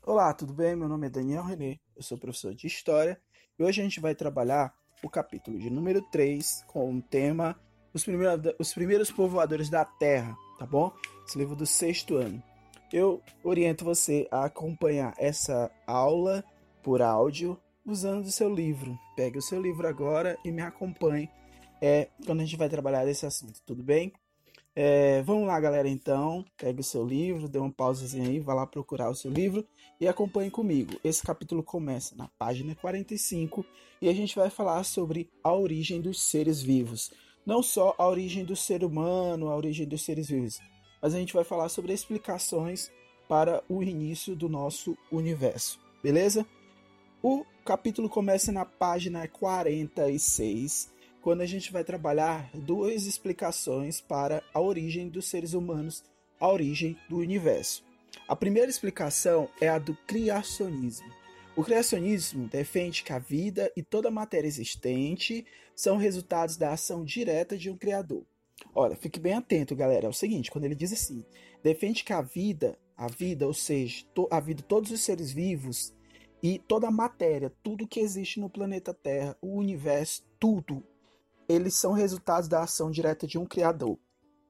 Olá, tudo bem? Meu nome é Daniel René, eu sou professor de História e hoje a gente vai trabalhar o capítulo de número 3 com o tema Os primeiros povoadores da Terra, tá bom? Esse livro do sexto ano. Eu oriento você a acompanhar essa aula por áudio usando o seu livro. Pegue o seu livro agora e me acompanhe quando a gente vai trabalhar esse assunto, tudo bem? Vamos lá, galera, então. Pegue o seu livro, dê uma pausazinha aí, vá lá procurar o seu livro e acompanhe comigo. Esse capítulo começa na página 45 e a gente vai falar sobre a origem dos seres vivos. Não só a origem do ser humano, a origem dos seres vivos, mas a gente vai falar sobre explicações para o início do nosso universo, beleza? O capítulo começa na página 46, quando a gente vai trabalhar duas explicações para a origem dos seres humanos, a origem do universo. A primeira explicação é a do criacionismo. O criacionismo defende que a vida e toda a matéria existente são resultados da ação direta de um criador. Olha, fique bem atento, galera. É o seguinte, quando ele diz assim, defende que a vida, ou seja, a vida de todos os seres vivos e toda a matéria, tudo que existe no planeta Terra, o universo, tudo, eles são resultados da ação direta de um criador.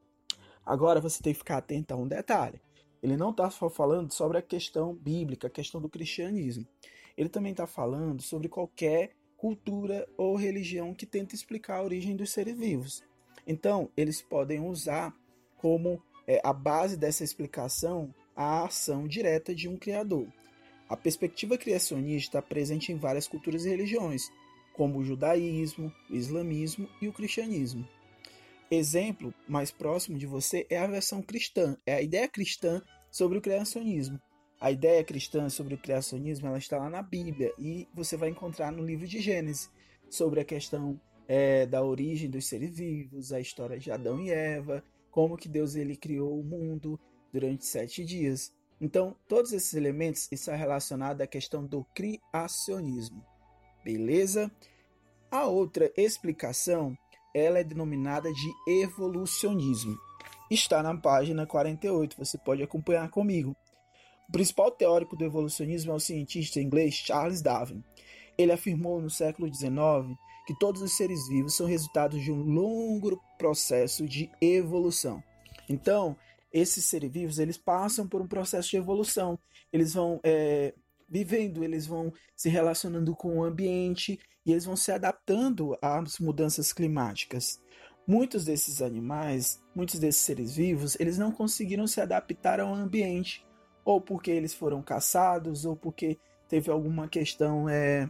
Agora você tem que ficar atento a um detalhe. Ele não está só falando sobre a questão bíblica, a questão do cristianismo. Ele também está falando sobre qualquer cultura ou religião que tenta explicar a origem dos seres vivos. Então, eles podem usar como a base dessa explicação a ação direta de um criador. A perspectiva criacionista está presente em várias culturas e religiões, como o judaísmo, o islamismo e o cristianismo. Exemplo mais próximo de você é a versão cristã, é a ideia cristã sobre o criacionismo. A ideia cristã sobre o criacionismo ela está lá na Bíblia e você vai encontrar no livro de Gênesis sobre a questão da origem dos seres vivos, a história de Adão e Eva, como que Deus ele criou o mundo durante 7 dias. Então, todos esses elementos estão relacionados à questão do criacionismo. Beleza? A outra explicação, ela é denominada de evolucionismo. Está na página 48, você pode acompanhar comigo. O principal teórico do evolucionismo é o cientista inglês Charles Darwin. Ele afirmou no século XIX que todos os seres vivos são resultados de um longo processo de evolução. Então, esses seres vivos eles passam por um processo de evolução. Eles vão vivendo, eles vão se relacionando com o ambiente e eles vão se adaptando às mudanças climáticas. Muitos desses animais, muitos desses seres vivos, eles não conseguiram se adaptar ao ambiente, ou porque eles foram caçados, ou porque teve alguma questão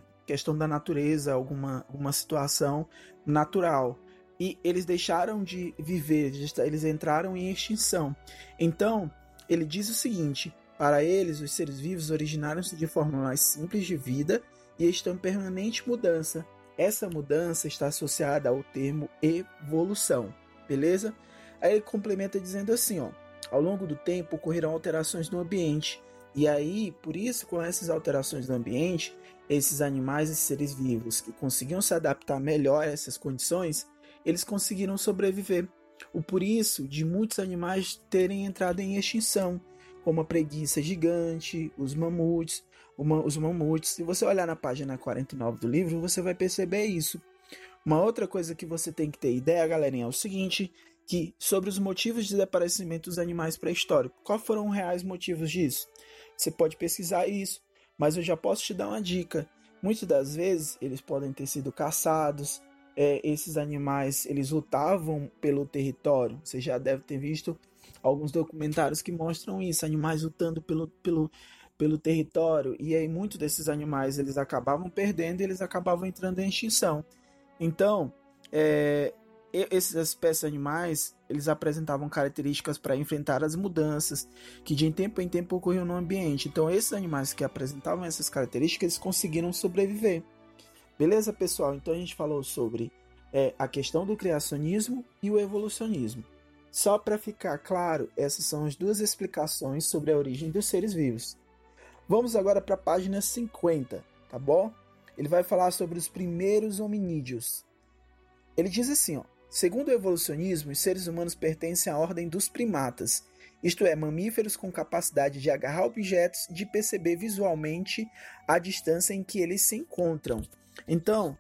da natureza, alguma situação natural. E eles deixaram de viver, eles entraram em extinção. Então, ele diz o seguinte: para eles, os seres vivos originaram-se de forma mais simples de vida e estão em permanente mudança. Essa mudança está associada ao termo evolução, beleza? Aí ele complementa dizendo assim, ó, ao longo do tempo ocorrerão alterações no ambiente, e aí, por isso, com essas alterações no ambiente, esses animais e seres vivos que conseguiam se adaptar melhor a essas condições, eles conseguiram sobreviver. O por isso de muitos animais terem entrado em extinção, como a preguiça gigante, os mamutes. Se você olhar na página 49 do livro, você vai perceber isso. Uma outra coisa que você tem que ter ideia, galerinha, é o seguinte, que sobre os motivos de desaparecimento dos animais pré-históricos, quais foram os reais motivos disso? Você pode pesquisar isso, mas eu já posso te dar uma dica. Muitas das vezes, eles podem ter sido caçados, esses animais, eles lutavam pelo território. Você já deve ter visto alguns documentários que mostram isso, animais lutando pelo território, e aí muitos desses animais eles acabavam perdendo e eles acabavam entrando em extinção. Então, essas espécies animais, eles apresentavam características para enfrentar as mudanças que de tempo em tempo ocorriam no ambiente. Então, esses animais que apresentavam essas características, eles conseguiram sobreviver. Beleza, pessoal? Então, a gente falou sobre a questão do criacionismo e o evolucionismo. Só para ficar claro, essas são as duas explicações sobre a origem dos seres vivos. Vamos agora para a página 50, tá bom? Ele vai falar sobre os primeiros hominídeos. Ele diz assim, ó, segundo o evolucionismo, os seres humanos pertencem à ordem dos primatas isto é, mamíferos com capacidade de agarrar objetos e de perceber visualmente a distância em que eles se encontram. Então,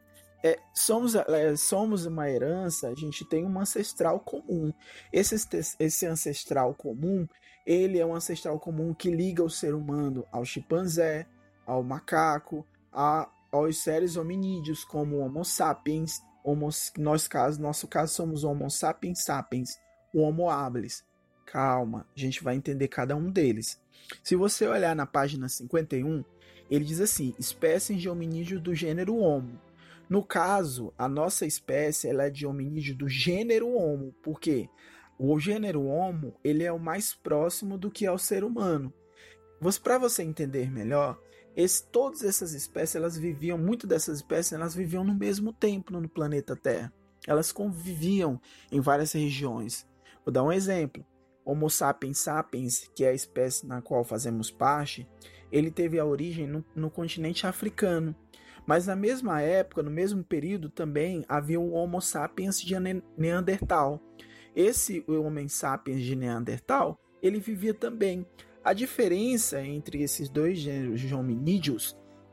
somos uma herança, a gente tem um ancestral comum. Esse ancestral comum, ele é um ancestral comum que liga o ser humano ao chimpanzé, ao macaco, aos seres hominídeos, como o Homo sapiens. Nosso caso somos o Homo sapiens sapiens, o Homo habilis. Calma, a gente vai entender cada um deles. Se você olhar na página 51, ele diz assim: espécies de hominídeo do gênero Homo. No caso, a nossa espécie ela é de hominídeo do gênero Homo, porque o gênero Homo ele é o mais próximo do que é o ser humano. Para você entender melhor, todas essas espécies, muitas dessas espécies, elas viviam no mesmo tempo no planeta Terra. Elas conviviam em várias regiões. Vou dar um exemplo. Homo sapiens sapiens, que é a espécie na qual fazemos parte, ele teve a origem no continente africano. Mas na mesma época, no mesmo período, também havia o Homo sapiens de Neandertal. Esse Homo sapiens de Neandertal, ele vivia também. A diferença entre esses dois gêneros de hominídeos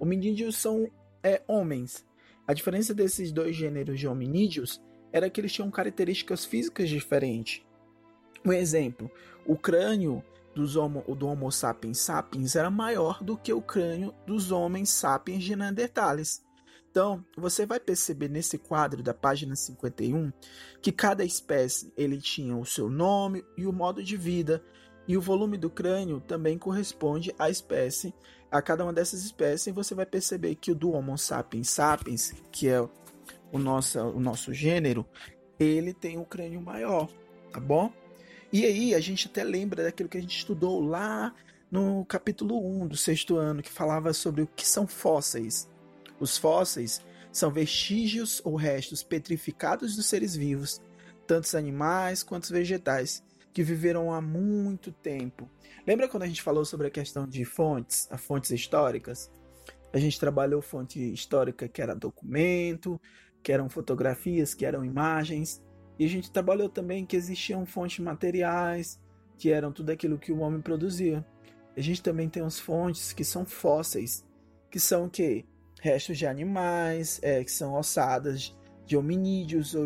são homens. A diferença desses dois gêneros de hominídeos era que eles tinham características físicas diferentes. Um exemplo, o crânio do Homo sapiens sapiens era maior do que o crânio dos homens sapiens de Neandertales. Então, você vai perceber nesse quadro da página 51 que cada espécie ele tinha o seu nome e o modo de vida, e o volume do crânio também corresponde à espécie, a cada uma dessas espécies, e você vai perceber que o do Homo sapiens sapiens, que é o nosso gênero, ele tem um crânio maior, tá bom? E aí a gente até lembra daquilo que a gente estudou lá no capítulo 1 do 6º ano, que falava sobre o que são fósseis. Os fósseis são vestígios ou restos petrificados dos seres vivos, tanto animais quanto vegetais, que viveram há muito tempo. Lembra quando a gente falou sobre a questão de fontes, as fontes históricas? A gente trabalhou fonte histórica que era documento, que eram fotografias, que eram imagens. E a gente trabalhou também que existiam fontes materiais, que eram tudo aquilo que o homem produzia. A gente também tem as fontes que são fósseis, que são o quê? Restos de animais, que são ossadas de hominídeos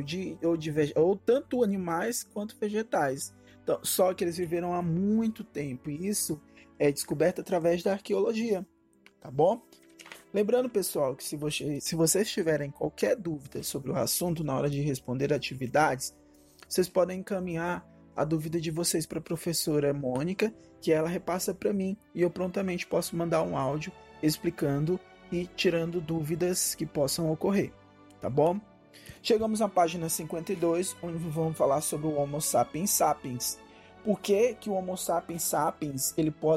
ou tanto animais quanto vegetais. Então, só que eles viveram há muito tempo, e isso é descoberto através da arqueologia, tá bom? Lembrando, pessoal, que se vocês tiverem qualquer dúvida sobre o assunto na hora de responder atividades, vocês podem encaminhar a dúvida de vocês para a professora Mônica, que ela repassa para mim, e eu prontamente posso mandar um áudio explicando e tirando dúvidas que possam ocorrer, tá bom? Chegamos à página 52, onde vamos falar sobre o Homo sapiens sapiens. Por que o Homo sapiens sapiens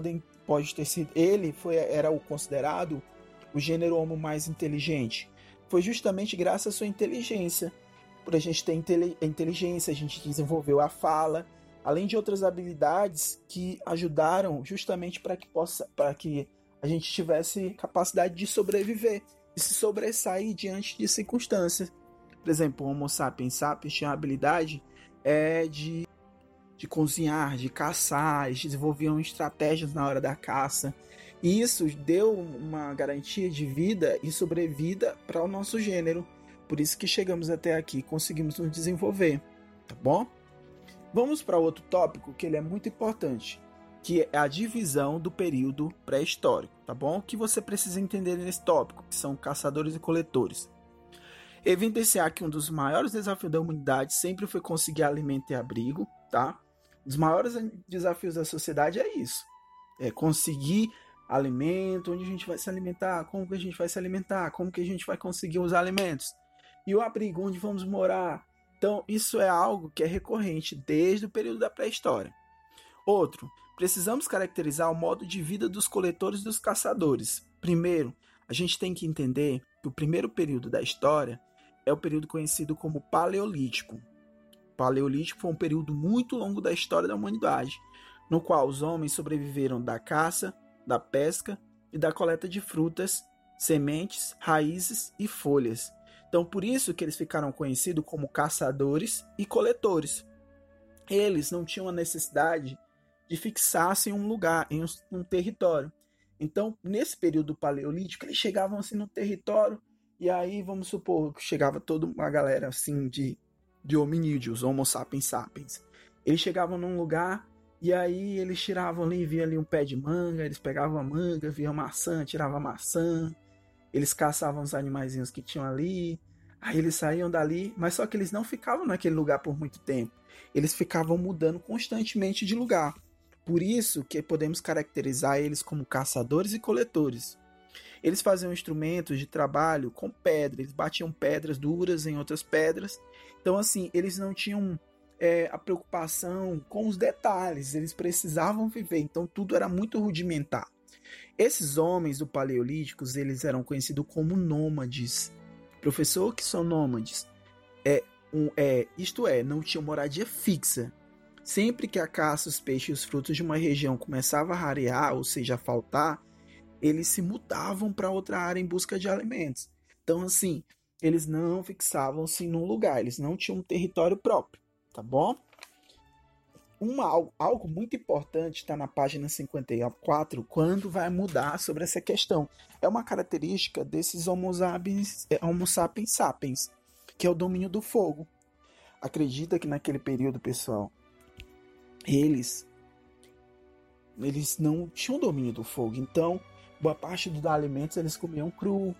era o considerado o gênero Homo mais inteligente? Foi justamente graças à sua inteligência. Por a gente ter inteligência, a gente desenvolveu a fala, além de outras habilidades que ajudaram justamente para que a gente tivesse capacidade de sobreviver e se sobressair diante de circunstâncias. Por exemplo, o Homo sapiens sapiens tinha a habilidade de cozinhar, de caçar, eles desenvolviam estratégias na hora da caça. E isso deu uma garantia de vida e sobrevida para o nosso gênero. Por isso que chegamos até aqui e conseguimos nos desenvolver, tá bom? Vamos para outro tópico que ele é muito importante, que é a divisão do período pré-histórico, tá bom? O que você precisa entender nesse tópico, que são caçadores e coletores. Evidenciar que um dos maiores desafios da humanidade sempre foi conseguir alimento e abrigo, tá? Um dos maiores desafios da sociedade é isso. É conseguir alimento, onde a gente vai se alimentar, como que a gente vai se alimentar, como que a gente vai conseguir os alimentos. E o abrigo, onde vamos morar. Então, isso é algo que é recorrente desde o período da pré-história. Outro, precisamos caracterizar o modo de vida dos coletores e dos caçadores. Primeiro, a gente tem que entender que o primeiro período da história é o período conhecido como Paleolítico. O Paleolítico foi um período muito longo da história da humanidade, no qual os homens sobreviveram da caça, da pesca e da coleta de frutas, sementes, raízes e folhas. Então, por isso que eles ficaram conhecidos como caçadores e coletores. Eles não tinham a necessidade de fixar-se em um lugar, em um território. Então, nesse período paleolítico, eles chegavam assim no território, e aí, vamos supor, que chegava toda uma galera assim de hominídeos, Homo sapiens sapiens. Eles chegavam num lugar, e aí eles tiravam ali, via ali um pé de manga, eles pegavam a manga, via maçã, tiravam a maçã, eles caçavam os animaizinhos que tinham ali, aí eles saíam dali, mas só que eles não ficavam naquele lugar por muito tempo. Eles ficavam mudando constantemente de lugar. Por isso que podemos caracterizar eles como caçadores e coletores. Eles faziam instrumentos de trabalho com pedra, eles batiam pedras duras em outras pedras. Então, assim, eles não tinham a preocupação com os detalhes, eles precisavam viver, então tudo era muito rudimentar. Esses homens do Paleolítico, eles eram conhecidos como nômades. Professor, que são nômades? Isto é, não tinham moradia fixa. Sempre que a caça, os peixes e os frutos de uma região começava a rarear, ou seja, a faltar, eles se mudavam para outra área em busca de alimentos. Então, assim, eles não fixavam-se num lugar, eles não tinham um território próprio, tá bom? Algo muito importante está na página 54, quando vai mudar sobre essa questão. É uma característica desses Homo sapiens sapiens, que é o domínio do fogo. Acredita que naquele período, pessoal, eles não tinham domínio do fogo, então boa parte dos alimentos eles comiam cru.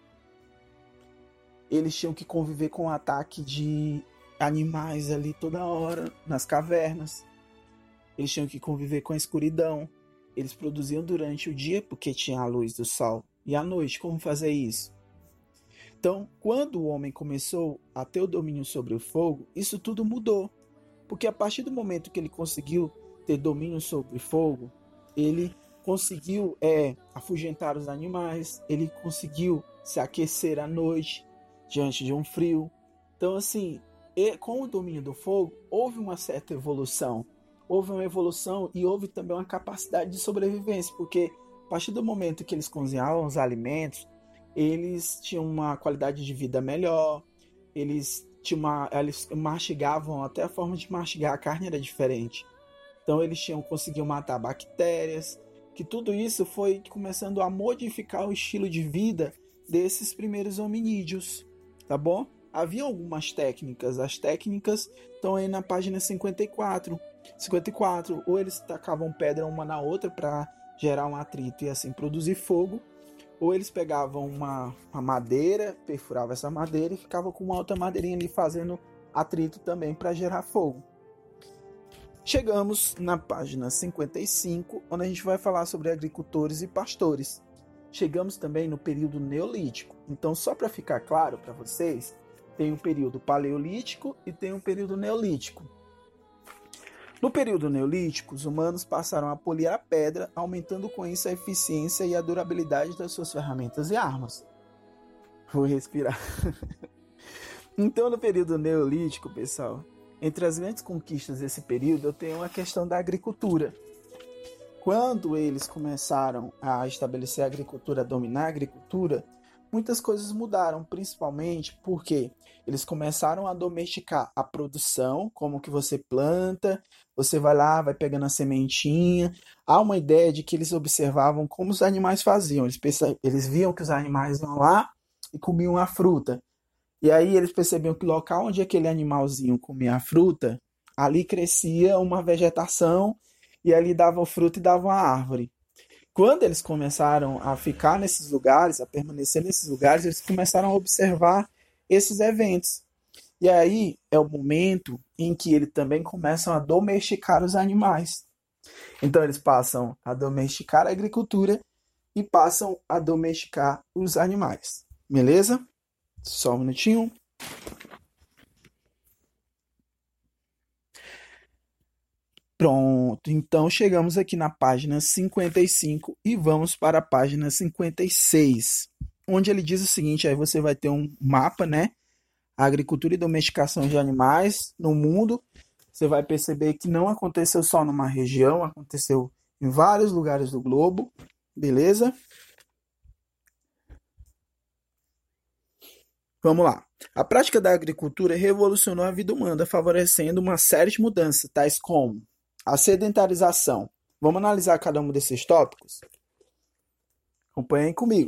Eles tinham que conviver com o ataque de animais ali toda hora nas cavernas. Eles tinham que conviver com a escuridão. Eles produziam durante o dia porque tinha a luz do sol. E à noite, como fazer isso? Então, quando o homem começou a ter o domínio sobre o fogo, isso tudo mudou. Porque a partir do momento que ele conseguiu ter domínio sobre o fogo, ele conseguiu afugentar os animais, ele conseguiu se aquecer à noite diante de um frio. Então, assim, com o domínio do fogo, houve uma certa evolução. Houve uma evolução e houve também uma capacidade de sobrevivência, porque a partir do momento que eles cozinhavam os alimentos, eles tinham uma qualidade de vida melhor, eles mastigavam, até a forma de mastigar a carne era diferente. Então eles conseguiam matar bactérias, que tudo isso foi começando a modificar o estilo de vida desses primeiros hominídeos, tá bom? Havia algumas técnicas, as técnicas estão aí na página 54, ou eles tacavam pedra uma na outra para gerar um atrito e assim produzir fogo, ou eles pegavam uma madeira, perfuravam essa madeira e ficavam com uma outra madeirinha ali fazendo atrito também para gerar fogo. Chegamos na página 55, onde a gente vai falar sobre agricultores e pastores. Chegamos também no período neolítico. Então, só para ficar claro para vocês, tem um período paleolítico e tem um período neolítico. No período neolítico, os humanos passaram a polir a pedra, aumentando com isso a eficiência e a durabilidade das suas ferramentas e armas. Vou respirar. Então, no período neolítico, pessoal, entre as grandes conquistas desse período, eu tenho a questão da agricultura. Quando eles começaram a estabelecer a agricultura, a dominar a agricultura, muitas coisas mudaram, principalmente porque eles começaram a domesticar a produção, como que você planta, você vai lá, vai pegando a sementinha. Há uma ideia de que eles observavam como os animais faziam. Eles viam que os animais iam lá e comiam a fruta. E aí eles percebiam que o local onde aquele animalzinho comia a fruta, ali crescia uma vegetação e ali dava o fruto e dava uma árvore. Quando eles começaram a ficar nesses lugares, a permanecer nesses lugares, eles começaram a observar esses eventos. E aí é o momento em que eles também começam a domesticar os animais. Então eles passam a domesticar a agricultura e passam a domesticar os animais. Beleza? Só um minutinho. Pronto, então chegamos aqui na página 55 e vamos para a página 56, onde ele diz o seguinte, aí você vai ter um mapa, né? A agricultura e domesticação de animais no mundo. Você vai perceber que não aconteceu só numa região, aconteceu em vários lugares do globo, beleza? Vamos lá. A prática da agricultura revolucionou a vida humana, favorecendo uma série de mudanças, tais como A sedentarização. Vamos analisar cada um desses tópicos? Acompanhem comigo.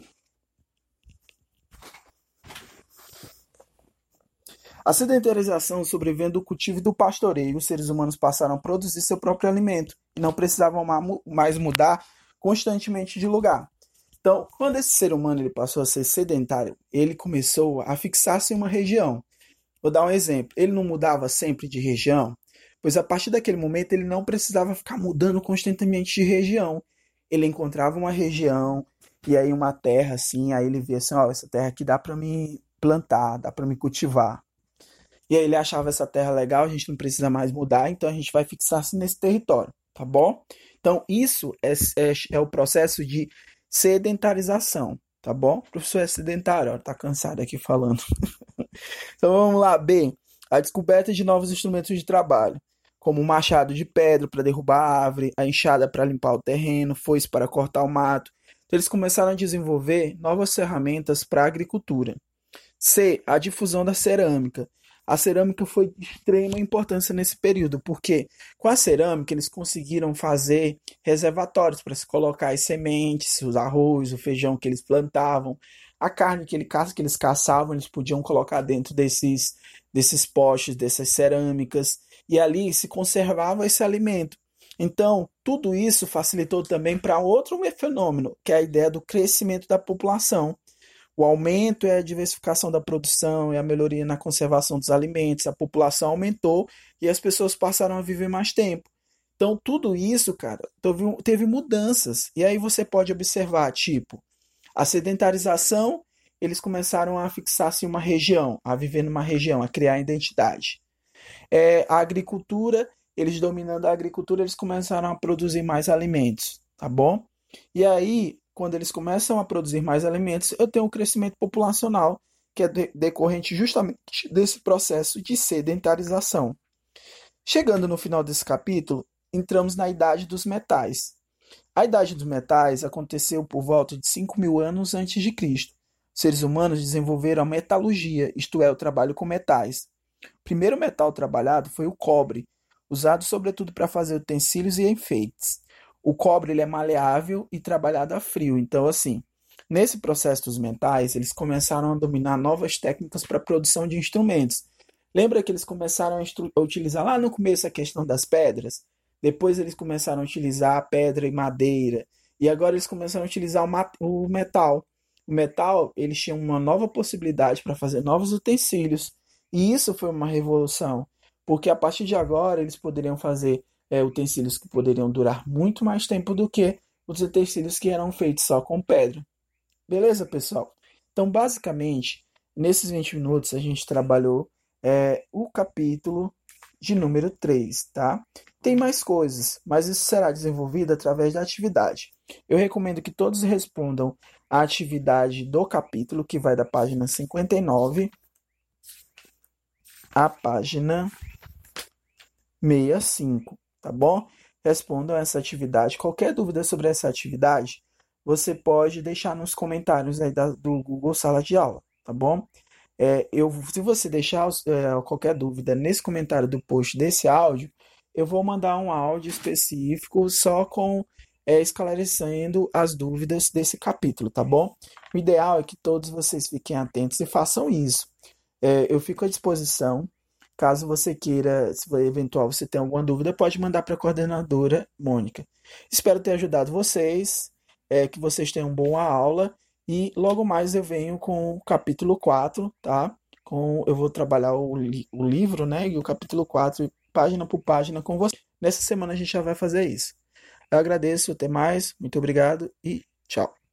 A sedentarização sobrevém do cultivo e do pastoreio. Os seres humanos passaram a produzir seu próprio alimento e não precisavam mais mudar constantemente de lugar. Então, quando esse ser humano ele passou a ser sedentário, ele começou a fixar-se em uma região. Vou dar um exemplo. Ele não mudava sempre de região, pois a partir daquele momento ele não precisava ficar mudando constantemente de região. Ele encontrava uma região e aí uma terra assim, aí ele via assim, ó, essa terra aqui dá para me plantar, dá para me cultivar. E aí ele achava essa terra legal, a gente não precisa mais mudar, então a gente vai fixar-se nesse território, tá bom? Então isso é o processo de sedentarização, tá bom? O professor é sedentário, ó, tá cansado aqui falando. Então vamos lá, B. A descoberta de novos instrumentos de trabalho, como o machado de pedra para derrubar a árvore, a enxada para limpar o terreno, foice para cortar o mato. Então eles começaram a desenvolver novas ferramentas para a agricultura. C. A difusão da cerâmica. A cerâmica foi de extrema importância nesse período, porque com a cerâmica eles conseguiram fazer reservatórios para se colocar as sementes, os arroz, o feijão que eles plantavam, a carne que eles caçavam, eles podiam colocar dentro desses potes, dessas cerâmicas, e ali se conservava esse alimento. Então, tudo isso facilitou também para outro fenômeno, que é a ideia do crescimento da população. O aumento e a diversificação da produção e a melhoria na conservação dos alimentos, a população aumentou e as pessoas passaram a viver mais tempo. Então, tudo isso, cara, teve mudanças. E aí você pode observar, tipo, a sedentarização, eles começaram a fixar-se em uma região, a viver numa região, a criar identidade. A agricultura, eles dominando a agricultura, eles começaram a produzir mais alimentos, tá bom? E aí, quando eles começam a produzir mais alimentos, eu tenho um crescimento populacional que é decorrente justamente desse processo de sedentarização. Chegando no final desse capítulo, entramos na Idade dos Metais. A Idade dos Metais aconteceu por volta de 5.000 anos antes de Cristo. Os seres humanos desenvolveram a metalurgia, isto é, o trabalho com metais. O primeiro metal trabalhado foi o cobre, usado sobretudo para fazer utensílios e enfeites. O cobre ele é maleável e trabalhado a frio. Então, assim, nesse processo dos metais, eles começaram a dominar novas técnicas para a produção de instrumentos. Lembra que eles começaram a utilizar lá no começo a questão das pedras? Depois eles começaram a utilizar pedra e madeira. E agora eles começaram a utilizar o metal. O metal, eles tinham uma nova possibilidade para fazer novos utensílios. E isso foi uma revolução. Porque a partir de agora eles poderiam fazer utensílios que poderiam durar muito mais tempo do que os utensílios que eram feitos só com pedra. Beleza, pessoal? Então, basicamente, nesses 20 minutos a gente trabalhou o capítulo de número 3, tá? Tem mais coisas, mas isso será desenvolvido através da atividade. Eu recomendo que todos respondam a atividade do capítulo, que vai da página 59 à página 65. Tá bom? Respondam essa atividade. Qualquer dúvida sobre essa atividade, você pode deixar nos comentários aí do Google Sala de Aula, tá bom? Se você deixar qualquer dúvida nesse comentário do post desse áudio, eu vou mandar um áudio específico só com esclarecendo as dúvidas desse capítulo, tá bom? O ideal é que todos vocês fiquem atentos e façam isso. Eu fico à disposição. Caso você queira, se for eventual você tem alguma dúvida, pode mandar para a coordenadora Mônica. Espero ter ajudado vocês, que vocês tenham boa aula e logo mais eu venho com o capítulo 4, tá? Eu vou trabalhar o livro, né? E o capítulo 4, página por página com você. Nessa semana a gente já vai fazer isso. Eu agradeço, até mais, muito obrigado e tchau.